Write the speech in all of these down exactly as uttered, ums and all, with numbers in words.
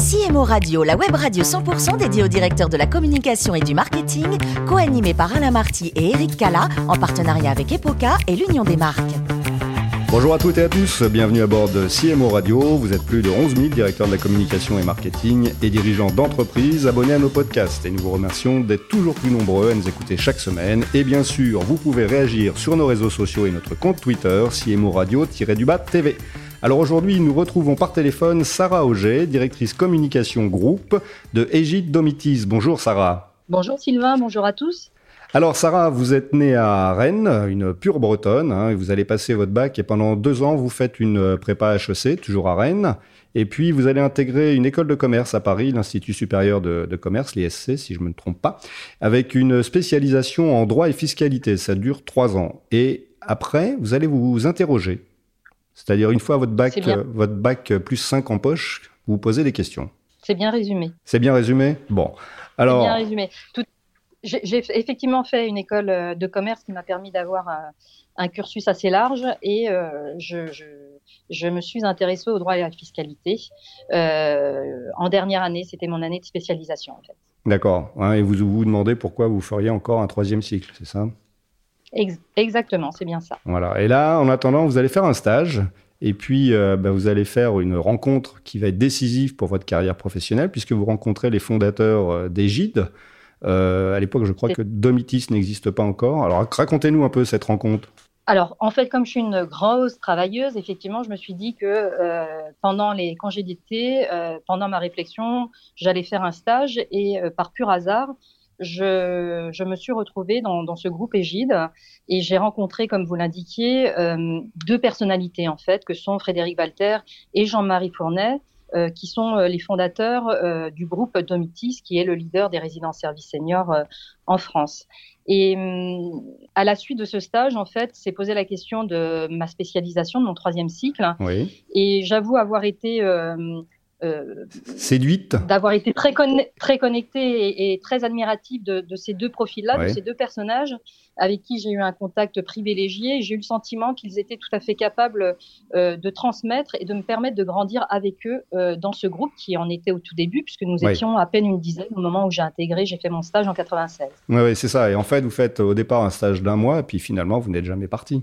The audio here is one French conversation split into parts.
C M O Radio, la web radio cent pour cent dédiée aux directeurs de la communication et du marketing, co-animée par Alain Marty et Eric Cala, en partenariat avec Epoca et l'Union des marques. Bonjour à toutes et à tous, bienvenue à bord de C M O Radio. Vous êtes plus de onze mille directeurs de la communication et marketing et dirigeants d'entreprises abonnés à nos podcasts. Et nous vous remercions d'être toujours plus nombreux à nous écouter chaque semaine. Et bien sûr, vous pouvez réagir sur nos réseaux sociaux et notre compte Twitter, C M O Radio-du-bas T V. Alors aujourd'hui, nous retrouvons par téléphone Sarah Auger, directrice communication groupe de Égide Domitis. Bonjour Sarah. Bonjour Sylvain, bonjour à tous. Alors Sarah, vous êtes née à Rennes, une pure bretonne, hein, et vous allez passer votre bac et pendant deux ans, vous faites une prépa H E C, toujours à Rennes. Et puis, vous allez intégrer une école de commerce à Paris, l'Institut supérieur de, de commerce, l'I S C, si je ne me trompe pas, avec une spécialisation en droit et fiscalité. Ça dure trois ans. Et après, vous allez vous interroger. C'est-à-dire, une fois votre bac, euh, votre bac plus cinq en poche, vous vous posez des questions. C'est bien résumé. C'est bien résumé ? Bon. Alors... C'est bien résumé. Tout... J'ai, j'ai effectivement fait une école de commerce qui m'a permis d'avoir un, un cursus assez large et euh, je, je, je me suis intéressée au droit et à la fiscalité. Euh, en dernière année, c'était mon année de spécialisation en fait. D'accord. Hein, et vous vous demandez pourquoi vous feriez encore un troisième cycle, c'est ça ? Ex- exactement, c'est bien ça. Voilà. Et là, en attendant, vous allez faire un stage. Et puis, euh, bah, vous allez faire une rencontre qui va être décisive pour votre carrière professionnelle, puisque vous rencontrez les fondateurs euh, d'Égide. Euh, à l'époque, je crois que Domitis n'existe pas encore. Alors, racontez-nous un peu cette rencontre. Alors, en fait, comme je suis une grosse travailleuse, effectivement, je me suis dit que euh, pendant les congés d'été, euh, pendant ma réflexion, j'allais faire un stage et euh, par pur hasard, je, je me suis retrouvée dans, dans ce groupe Égide et j'ai rencontré, comme vous l'indiquiez, euh, deux personnalités, en fait, que sont Frédéric Walter et Jean-Marie Fournet, Euh, qui sont euh, les fondateurs euh, du groupe Domitis, qui est le leader des résidences services seniors euh, en France. Et euh, à la suite de ce stage, en fait, s'est posé la question de ma spécialisation, de mon troisième cycle. Oui. Et j'avoue avoir été euh, euh, séduite, d'avoir été très, conne- très connectée et, et très admirative de, de ces deux profils-là, oui. de ces deux personnages avec qui j'ai eu un contact privilégié. J'ai eu le sentiment qu'ils étaient tout à fait capables euh, de transmettre et de me permettre de grandir avec eux euh, dans ce groupe qui en était au tout début, puisque nous oui. étions à peine une dizaine au moment où j'ai intégré, j'ai fait mon stage en quatre-vingt-seize. Oui, oui, c'est ça. Et en fait, vous faites au départ un stage d'un mois, et puis finalement, vous n'êtes jamais parti.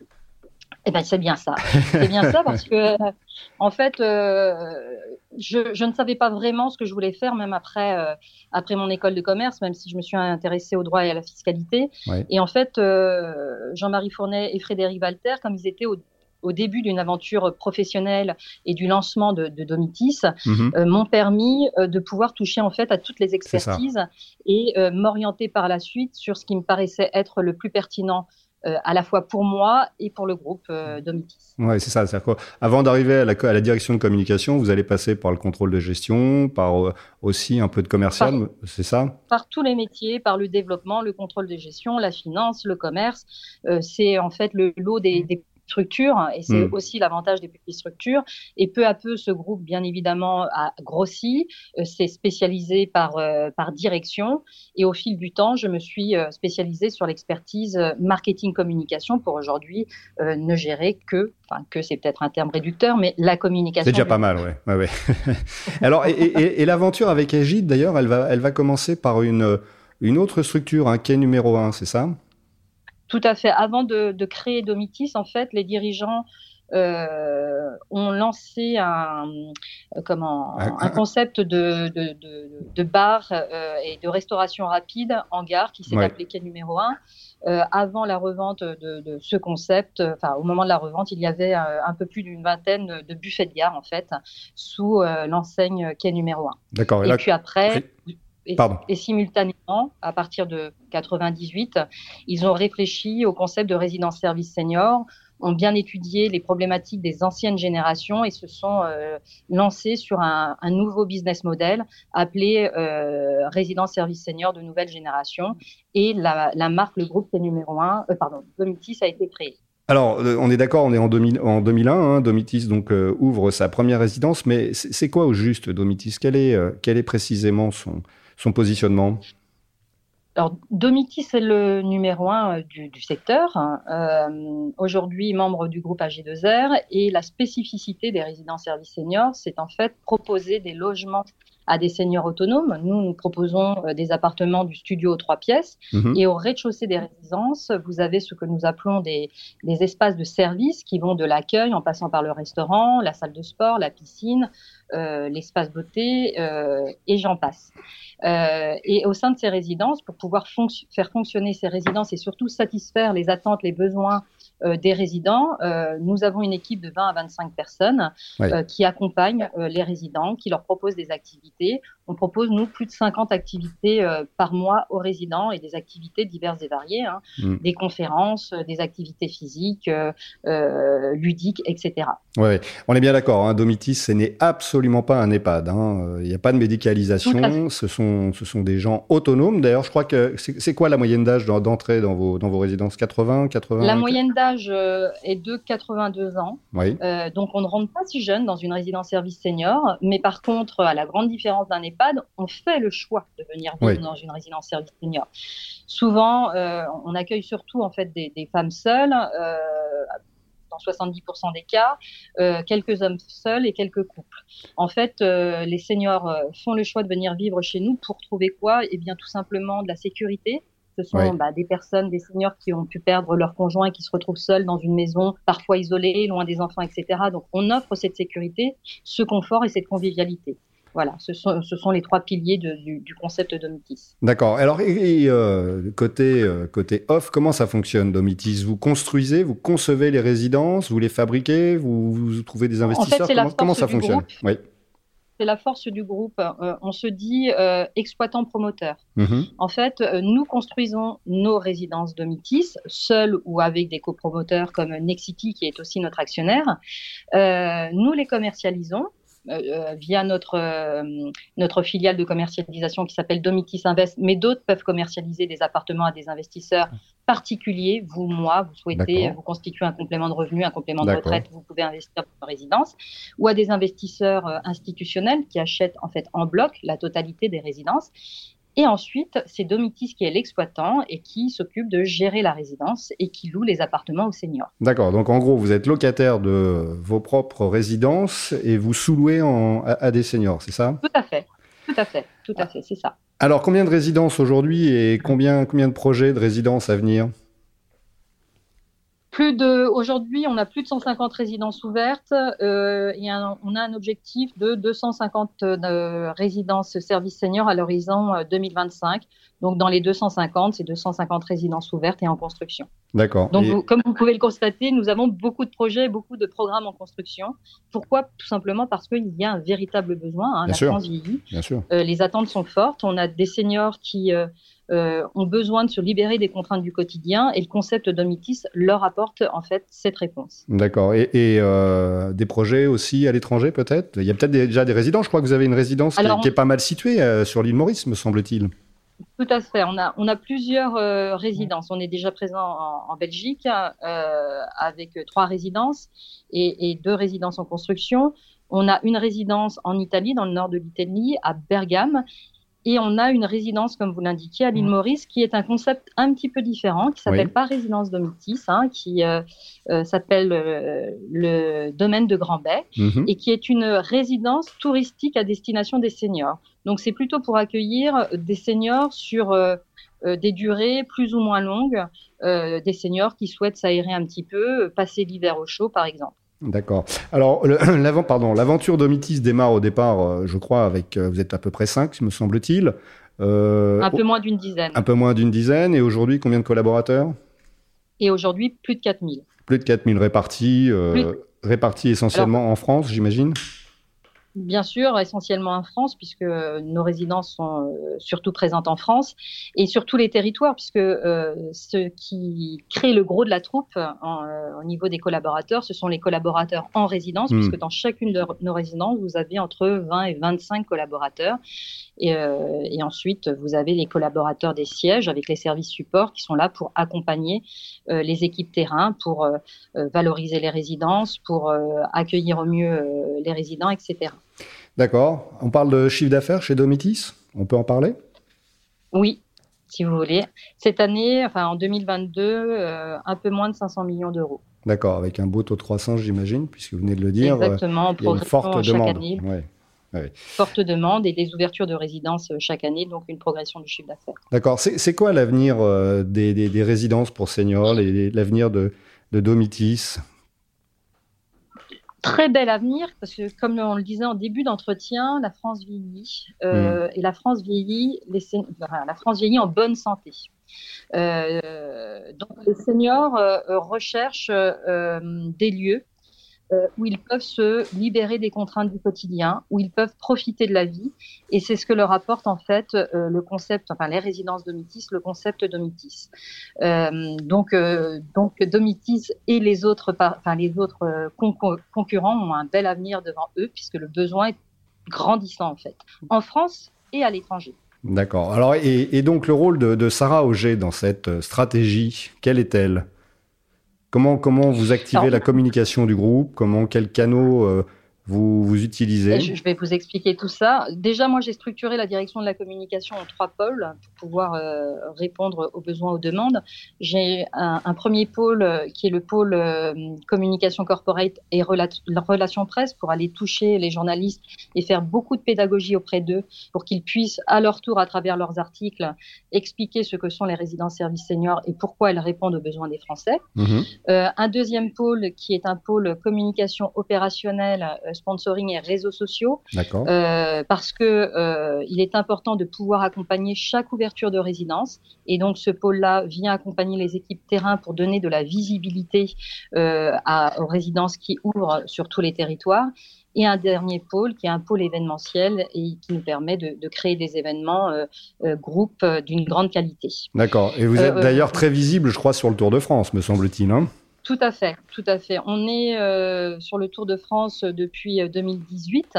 Eh ben, c'est bien ça. C'est bien ça parce que, euh, en fait, euh, je, je ne savais pas vraiment ce que je voulais faire, même après, euh, après mon école de commerce, même si je me suis intéressée au droit et à la fiscalité. Ouais. Et en fait, euh, Jean-Marie Fournet et Frédéric Walter, comme ils étaient au, au début d'une aventure professionnelle et du lancement de, de Domitis, mm-hmm. euh, m'ont permis euh, de pouvoir toucher en fait à toutes les expertises et euh, m'orienter par la suite sur ce qui me paraissait être le plus pertinent. Euh, à la fois pour moi et pour le groupe euh, Domitis. Oui, c'est ça. C'est-à-dire qu'avant d'arriver à la, à la direction de communication, vous allez passer par le contrôle de gestion, par euh, aussi un peu de commercial, par, c'est ça ? Par tous les métiers, par le développement, le contrôle de gestion, la finance, le commerce. Euh, c'est en fait le lot des, des structures et c'est mmh. aussi l'avantage des petites structures. Et peu à peu, ce groupe, bien évidemment, a grossi, euh, s'est spécialisé par, euh, par direction. Et au fil du temps, je me suis euh, spécialisée sur l'expertise marketing-communication pour aujourd'hui euh, ne gérer que, enfin que c'est peut-être un terme réducteur, mais la communication. C'est déjà pas mal, ouais. ouais, ouais. Alors, et, et, et l'aventure avec Égide, d'ailleurs, elle va, elle va commencer par une, une autre structure, un quai numéro un, c'est ça ? Tout à fait. Avant de, de créer Domitis, en fait, les dirigeants euh, ont lancé un, euh, comment, un concept de, de, de, de bar euh, et de restauration rapide en gare qui s'est ouais. appelé Quai numéro un. Euh, avant la revente de, de ce concept, enfin au moment de la revente, il y avait euh, un peu plus d'une vingtaine de buffets de gare en fait sous euh, l'enseigne Quai numéro un. D'accord. Et, et là, puis après. Oui. Et, et simultanément, à partir de quatre-vingt-dix-huit, ils ont réfléchi au concept de résidence service senior, ont bien étudié les problématiques des anciennes générations et se sont euh, lancés sur un, un nouveau business model appelé euh, résidence service senior de nouvelle génération. Et la, la marque, le groupe Quai numéro un, euh, pardon, Domitis a été créé. Alors, on est d'accord, on est en, deux mille, en deux mille un, hein, Domitis donc, euh, ouvre sa première résidence, mais c'est, c'est quoi au juste Domitis ? Quel est, euh, quel est précisément son... son positionnement ? Alors, Domitis est le numéro un du, du secteur. Euh, aujourd'hui, membre du groupe A G deux R. Et la spécificité des résidences services seniors, c'est en fait proposer des logements à des seniors autonomes. Nous, nous proposons des appartements du studio aux trois pièces. Mmh. Et au rez-de-chaussée des résidences, vous avez ce que nous appelons des, des espaces de service qui vont de l'accueil en passant par le restaurant, la salle de sport, la piscine, euh, l'espace beauté euh, et j'en passe. Euh, et au sein de ces résidences, pour pouvoir fonc- faire fonctionner ces résidences et surtout satisfaire les attentes, les besoins euh, des résidents, euh, nous avons une équipe de vingt à vingt-cinq personnes ouais. euh, qui accompagnent euh, les résidents, qui leur proposent des activités. On propose, nous, plus de cinquante activités euh, par mois aux résidents et des activités diverses et variées, hein, mmh. des conférences, des activités physiques, euh, euh, ludiques, et cetera. Oui, on est bien d'accord, hein, Domitis, ce n'est absolument pas un EHPAD. Hein. Il n'y a pas de médicalisation, ce sont, ce sont des gens autonomes. D'ailleurs, je crois que c'est, c'est quoi la moyenne d'âge d'entrée dans vos, dans vos résidences ? quatre-vingts, quatre-vingts La moyenne d'âge euh, est de quatre-vingt-deux ans. Oui. Euh, donc, on ne rentre pas si jeune dans une résidence service senior. Mais par contre, à la grande différence d'un EHPAD, on fait le choix de venir vivre oui. dans une résidence service senior. Souvent, euh, on accueille surtout en fait des, des femmes seules. Euh, dans soixante-dix pour cent des cas, euh, quelques hommes seuls et quelques couples. En fait, euh, les seniors euh, font le choix de venir vivre chez nous pour trouver quoi ? Eh bien, tout simplement de la sécurité. Ce sont oui. bah, des personnes, des seniors qui ont pu perdre leur conjoint et qui se retrouvent seuls dans une maison, parfois isolée, loin des enfants, et cetera. Donc, on offre cette sécurité, ce confort et cette convivialité. Voilà, ce sont, ce sont les trois piliers de, du, du concept Domitis. D'accord. Alors, et, et, euh, côté, euh, côté off, comment ça fonctionne, Domitis ? Vous construisez, vous concevez les résidences, vous les fabriquez, vous, vous trouvez des investisseurs ? En fait, c'est comment, la comment ça du fonctionne ? Groupe. Oui. C'est la force du groupe. Euh, on se dit euh, exploitant-promoteur. Mmh. En fait, euh, nous construisons nos résidences Domitis, seuls ou avec des copromoteurs comme Nexity, qui est aussi notre actionnaire. Euh, nous les commercialisons. Euh, via notre, euh, notre filiale de commercialisation qui s'appelle Domitis Invest, mais d'autres peuvent commercialiser des appartements à des investisseurs particuliers. Vous, moi, vous souhaitez D'accord. vous constituer un complément de revenu, un complément de D'accord. retraite, vous pouvez investir dans votre résidence, ou à des investisseurs euh, institutionnels qui achètent en fait en bloc la totalité des résidences. Et ensuite, c'est Domitis qui est l'exploitant et qui s'occupe de gérer la résidence et qui loue les appartements aux seniors. D'accord. Donc, en gros, vous êtes locataire de vos propres résidences et vous sous-louez en, à, à des seniors, c'est ça ? Tout à fait. Tout à fait. Tout à fait. C'est ça. Alors, combien de résidences aujourd'hui et combien, combien de projets de résidences à venir ? Plus de, aujourd'hui, on a plus de cent cinquante résidences ouvertes. Euh, et un, on a un objectif de deux cent cinquante euh, résidences services seniors à l'horizon euh, deux mille vingt-cinq. Donc, dans les deux cent cinquante, c'est deux cent cinquante résidences ouvertes et en construction. D'accord. Donc, et... vous, comme vous pouvez le constater, nous avons beaucoup de projets, beaucoup de programmes en construction. Pourquoi ? Tout simplement parce qu'il y a un véritable besoin. Hein, Bien la sûr. France vieillit. Bien sûr. Euh, les attentes sont fortes. On a des seniors qui euh, euh, ont besoin de se libérer des contraintes du quotidien et le concept Domitis leur apporte en fait cette réponse. D'accord. Et, et euh, des projets aussi à l'étranger peut-être ? Il y a peut-être des, déjà des résidences. Je crois que vous avez une résidence Alors, qui, est, qui est pas mal située euh, sur l'île Maurice, me semble-t-il. Tout à fait. On a, on a plusieurs euh, résidences. On est déjà présent en, en Belgique euh, avec trois résidences et, et deux résidences en construction. On a une résidence en Italie, dans le nord de l'Italie, à Bergame. Et on a une résidence, comme vous l'indiquiez, à l'île Maurice, qui est un concept un petit peu différent, qui s'appelle oui. pas résidence Domitis, hein, qui euh, euh, s'appelle euh, le domaine de Grand Bay, mmh. et qui est une résidence touristique à destination des seniors. Donc, c'est plutôt pour accueillir des seniors sur euh, euh, des durées plus ou moins longues, euh, des seniors qui souhaitent s'aérer un petit peu, passer l'hiver au chaud, par exemple. D'accord. Alors, le, l'avant, pardon, l'aventure Domitis démarre au départ, euh, je crois, avec, euh, vous êtes à peu près cinq, me semble-t-il. Euh, un peu moins d'une dizaine. Un peu moins d'une dizaine. Et aujourd'hui, combien de collaborateurs ? Et aujourd'hui, plus de quatre mille. Plus de quatre mille répartis, euh, plus... répartis essentiellement Alors, en France, j'imagine ? Bien sûr, essentiellement en France, puisque nos résidences sont euh, surtout présentes en France, et sur tous les territoires, puisque euh, ce qui crée le gros de la troupe en, euh, au niveau des collaborateurs, ce sont les collaborateurs en résidence, mmh. puisque dans chacune de nos résidences, vous avez entre vingt et vingt-cinq collaborateurs. Et, euh, et ensuite, vous avez les collaborateurs des sièges avec les services supports qui sont là pour accompagner euh, les équipes terrain, pour euh, valoriser les résidences, pour euh, accueillir au mieux euh, les résidents, et cetera. D'accord. On parle de chiffre d'affaires chez Domitis ? On peut en parler ? Oui. si vous voulez. Cette année, enfin en deux mille vingt-deux, euh, un peu moins de cinq cents millions d'euros. D'accord, avec un beau taux de croissance, j'imagine, puisque vous venez de le dire. Exactement, euh, il y a une forte chaque demande. année. Ouais. Ouais. Forte demande et des ouvertures de résidences chaque année, donc une progression du chiffre d'affaires. D'accord. C'est, c'est quoi l'avenir euh, des, des, des résidences pour seniors, les, l'avenir de, de Domitis? Très bel avenir, parce que comme on le disait en début d'entretien, la France vieillit, euh, mmh. et la France vieillit, les, enfin, la France vieillit en bonne santé. Euh, donc les seniors euh, recherchent euh, des lieux Euh, où ils peuvent se libérer des contraintes du quotidien, où ils peuvent profiter de la vie. Et c'est ce que leur apporte en fait euh, le concept, enfin les résidences Domitis, le concept Domitis. Euh, donc, euh, donc Domitis et les autres, enfin les autres euh, con- concurrents ont un bel avenir devant eux, puisque le besoin est grandissant en fait, en France et à l'étranger. D'accord. Alors et, et donc le rôle de, de Sarah Auger dans cette stratégie, quelle est-elle ? Comment, comment vous activez Alors, la communication du groupe? Comment, quels canaux euh, vous, vous utilisez? Je vais vous expliquer tout ça. Déjà, moi, j'ai structuré la direction de la communication en trois pôles pour pouvoir euh, répondre aux besoins, aux demandes. J'ai un, un premier pôle qui est le pôle euh, communication corporate et rela- relations presse pour aller toucher les journalistes et faire beaucoup de pédagogie auprès d'eux pour qu'ils puissent, à leur tour, à travers leurs articles, expliquer ce que sont les résidences services seniors et pourquoi elles répondent aux besoins des Français. Mmh. Euh, un deuxième pôle qui est un pôle communication opérationnelle, euh, sponsoring et réseaux sociaux, euh, parce que euh, il est important de pouvoir accompagner chaque ouverture de résidence, et donc ce pôle-là vient accompagner les équipes terrain pour donner de la visibilité euh, à, aux résidences qui ouvrent sur tous les territoires. Et un dernier pôle qui est un pôle événementiel et qui nous permet de, de créer des événements euh, euh, groupes euh, d'une grande qualité. D'accord. Et vous êtes euh, d'ailleurs très visible, je crois, sur le Tour de France, me semble-t-il, hein ? Tout à fait, tout à fait. On est euh, sur le Tour de France depuis deux mille dix-huit.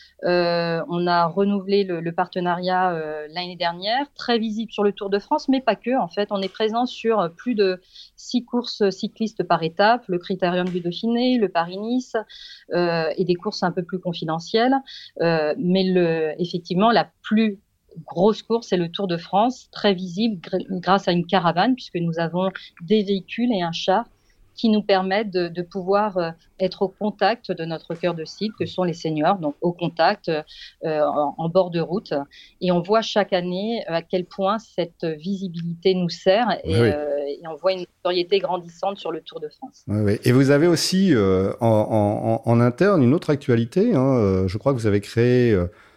Euh, on a renouvelé le, le partenariat euh, l'année dernière, très visible sur le Tour de France, mais pas que. En fait, on est présent sur plus de six courses cyclistes par étape, le Critérium du Dauphiné, le Paris-Nice, euh, et des courses un peu plus confidentielles. Euh, mais le, effectivement, la plus grosse course, c'est le Tour de France, très visible gr- grâce à une caravane, puisque nous avons des véhicules et un char qui nous permettent de, de pouvoir euh, être au contact de notre cœur de cible, que sont les seniors, donc au contact, euh, en, en bord de route. Et on voit chaque année à quel point cette visibilité nous sert, et, oui. euh, et on voit une notoriété grandissante sur le Tour de France. Oui, oui. Et vous avez aussi euh, en, en, en interne une autre actualité, hein. Je crois que vous avez créé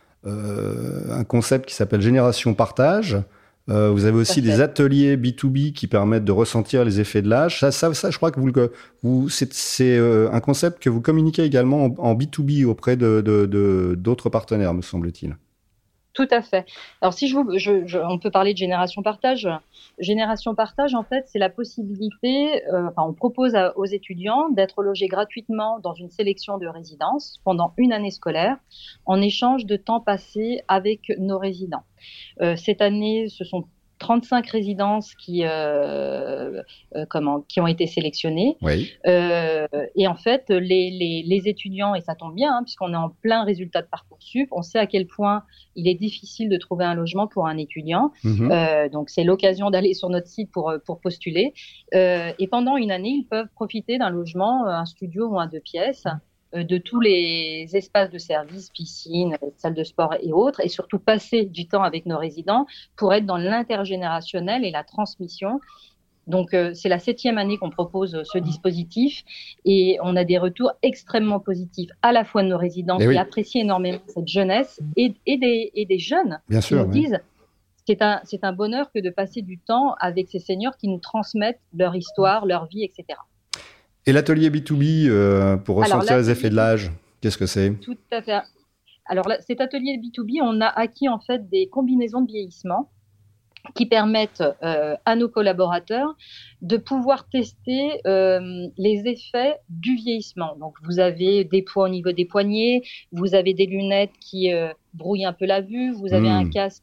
euh, un concept qui s'appelle Génération Partage. Euh, vous avez aussi des ateliers B deux B qui permettent de ressentir les effets de l'âge. Ça, ça, ça je crois que vous, vous c'est, c'est euh, un concept que vous communiquez également en, en B deux B auprès de, de, de, d'autres partenaires, me semble-t-il. Tout à fait. Alors, si je vous, je, je, on peut parler de Génération Partage. Génération Partage, en fait, c'est la possibilité, euh, enfin, on propose à, aux étudiants d'être logés gratuitement dans une sélection de résidences pendant une année scolaire, en échange de temps passé avec nos résidents. Euh, cette année, ce sont trente-cinq résidences qui, euh, euh, comment, qui ont été sélectionnées. Oui. Euh, et en fait, les, les, les étudiants, et ça tombe bien, hein, puisqu'on est en plein résultat de Parcoursup, on sait à quel point il est difficile de trouver un logement pour un étudiant. Mmh. Euh, donc, c'est l'occasion d'aller sur notre site pour, pour postuler. Euh, et pendant une année, ils peuvent profiter d'un logement, un studio ou un deux pièces, de tous les espaces de service, piscine, salles de sport et autres, et surtout passer du temps avec nos résidents pour être dans l'intergénérationnel et la transmission. Donc, euh, c'est la septième année qu'on propose ce dispositif et on a des retours extrêmement positifs à la fois de nos résidents et qui oui. apprécient énormément cette jeunesse et, et, des, et des jeunes Bien qui sûr, nous oui. disent c'est un, c'est un bonheur que de passer du temps avec ces seniors qui nous transmettent leur histoire, leur vie, et cetera. Et l'atelier B deux B euh, pour ressentir Alors, les effets de l'âge, qu'est-ce que c'est ? Tout à fait. Alors, là, cet atelier B deux B, on a acquis en fait des combinaisons de vieillissement qui permettent euh, à nos collaborateurs de pouvoir tester euh, les effets du vieillissement. Donc, vous avez des poids au niveau des poignets, vous avez des lunettes qui euh, brouillent un peu la vue, vous avez mmh. un casque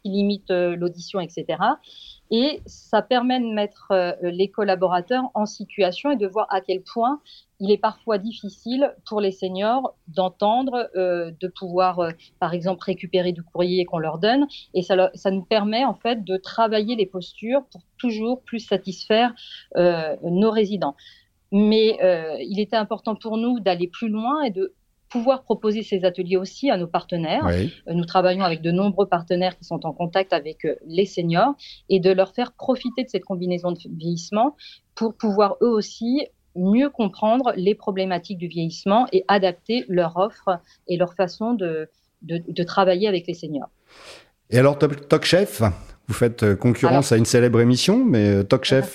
qui limite euh, l'audition, et cetera. Et ça permet de mettre euh, les collaborateurs en situation et de voir à quel point il est parfois difficile pour les seniors d'entendre, euh, de pouvoir, euh, par exemple, récupérer du courrier qu'on leur donne. Et ça, ça nous permet, en fait, de travailler les postures pour toujours plus satisfaire euh, nos résidents. Mais euh, il était important pour nous d'aller plus loin et de pouvoir proposer ces ateliers aussi à nos partenaires. Oui. Nous travaillons avec de nombreux partenaires qui sont en contact avec les seniors et de leur faire profiter de cette combinaison de vieillissement pour pouvoir eux aussi mieux comprendre les problématiques du vieillissement et adapter leur offre et leur façon de, de, de travailler avec les seniors. Et alors, Top, Top Chef, vous faites concurrence alors, à une célèbre émission, mais Top Chef.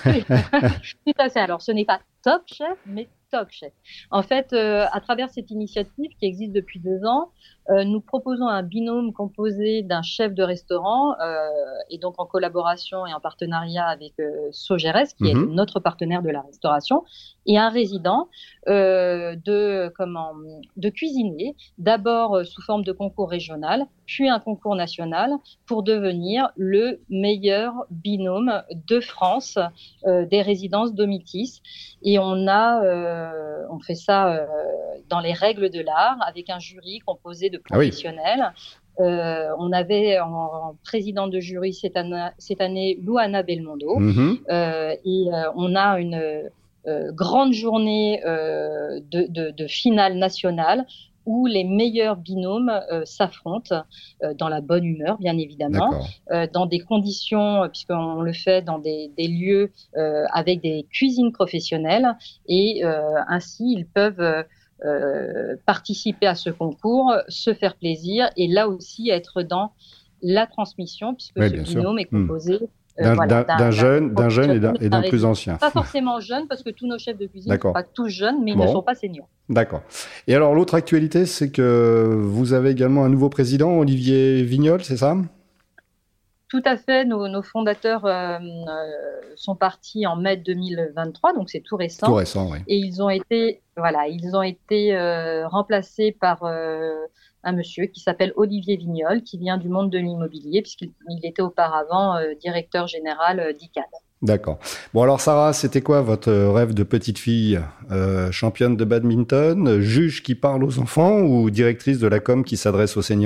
Tout à fait. Alors, ce n'est pas Top Chef, mais Top Chef. En fait, euh, à travers cette initiative qui existe depuis deux ans, euh, nous proposons un binôme composé d'un chef de restaurant euh, et donc en collaboration et en partenariat avec euh, Sogeres, qui mm-hmm. est notre partenaire de la restauration, et un résident euh, de comment de cuisinier, d'abord euh, sous forme de concours régional, puis un concours national pour devenir le meilleur binôme de France euh, des résidences Domitis. Et on a euh, on fait ça euh, dans les règles de l'art avec un jury composé de professionnels. Ah oui. Euh, on avait en, en présidente de jury cette année, cette année Louana Belmondo. Mm-hmm. Euh, et euh, on a une euh, grande journée euh, de, de, de finale nationale où les meilleurs binômes euh, s'affrontent euh, dans la bonne humeur, bien évidemment, euh, dans des conditions, euh, puisqu'on le fait dans des, des lieux euh, avec des cuisines professionnelles, et euh, ainsi ils peuvent euh, euh, participer à ce concours, se faire plaisir, et là aussi être dans la transmission, puisque oui, ce binôme sûr. est composé... Mmh. D'un, euh, voilà, d'un, d'un, d'un jeune, d'un jeune et d'un, et d'un plus ancien. Pas forcément jeune, parce que tous nos chefs de cuisine ne sont pas tous jeunes, mais ils bon. ne sont pas seniors. D'accord. Et alors, l'autre actualité, c'est que vous avez également un nouveau président, Olivier Vignol, c'est ça ? Tout à fait. Nos, nos fondateurs euh, euh, sont partis en mai deux mille vingt-trois, donc c'est tout récent. Tout récent, oui. Et ils ont été, voilà, ils ont été euh, remplacés par... Euh, un monsieur qui s'appelle Olivier Vignol, qui vient du monde de l'immobilier, puisqu'il il était auparavant euh, directeur général euh, d'I C A D. D'accord. Bon alors Sarah, c'était quoi votre rêve de petite fille ? euh, Championne de badminton, juge qui parle aux enfants ou directrice de la com qui s'adresse aux seniors ?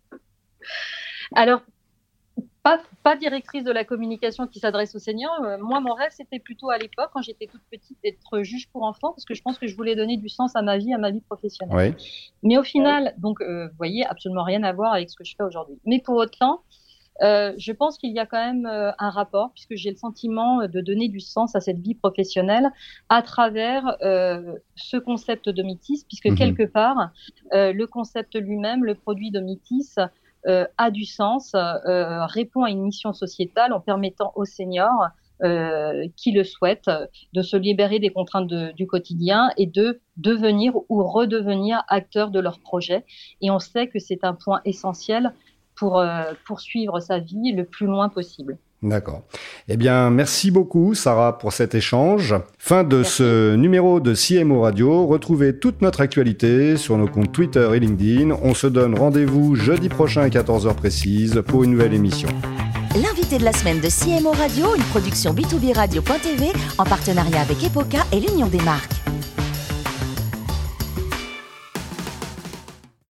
Alors, Pas, pas directrice de la communication qui s'adresse aux seniors. Euh, moi, mon rêve, c'était plutôt à l'époque, quand j'étais toute petite, d'être juge pour enfants, parce que je pense que je voulais donner du sens à ma vie, à ma vie professionnelle. Oui. Mais au final, donc, euh, vous voyez, absolument rien à voir avec ce que je fais aujourd'hui. Mais pour autant, euh, je pense qu'il y a quand même euh, un rapport, puisque j'ai le sentiment de donner du sens à cette vie professionnelle à travers euh, ce concept Domitis, puisque mmh. quelque part, euh, le concept lui-même, le produit Domitis, Euh, a du sens, euh, répond à une mission sociétale en permettant aux seniors euh, qui le souhaitent de se libérer des contraintes de, du quotidien et de devenir ou redevenir acteurs de leur projet. Et on sait que c'est un point essentiel pour euh, poursuivre sa vie le plus loin possible. D'accord. Eh bien, merci beaucoup, Sarah, pour cet échange. Fin de merci. ce numéro de C M O Radio. Retrouvez toute notre actualité sur nos comptes Twitter et LinkedIn. On se donne rendez-vous jeudi prochain à quatorze heures précise pour une nouvelle émission. L'invité de la semaine de C M O Radio, une production B deux B radio point T V en partenariat avec Epoca et l'Union des marques.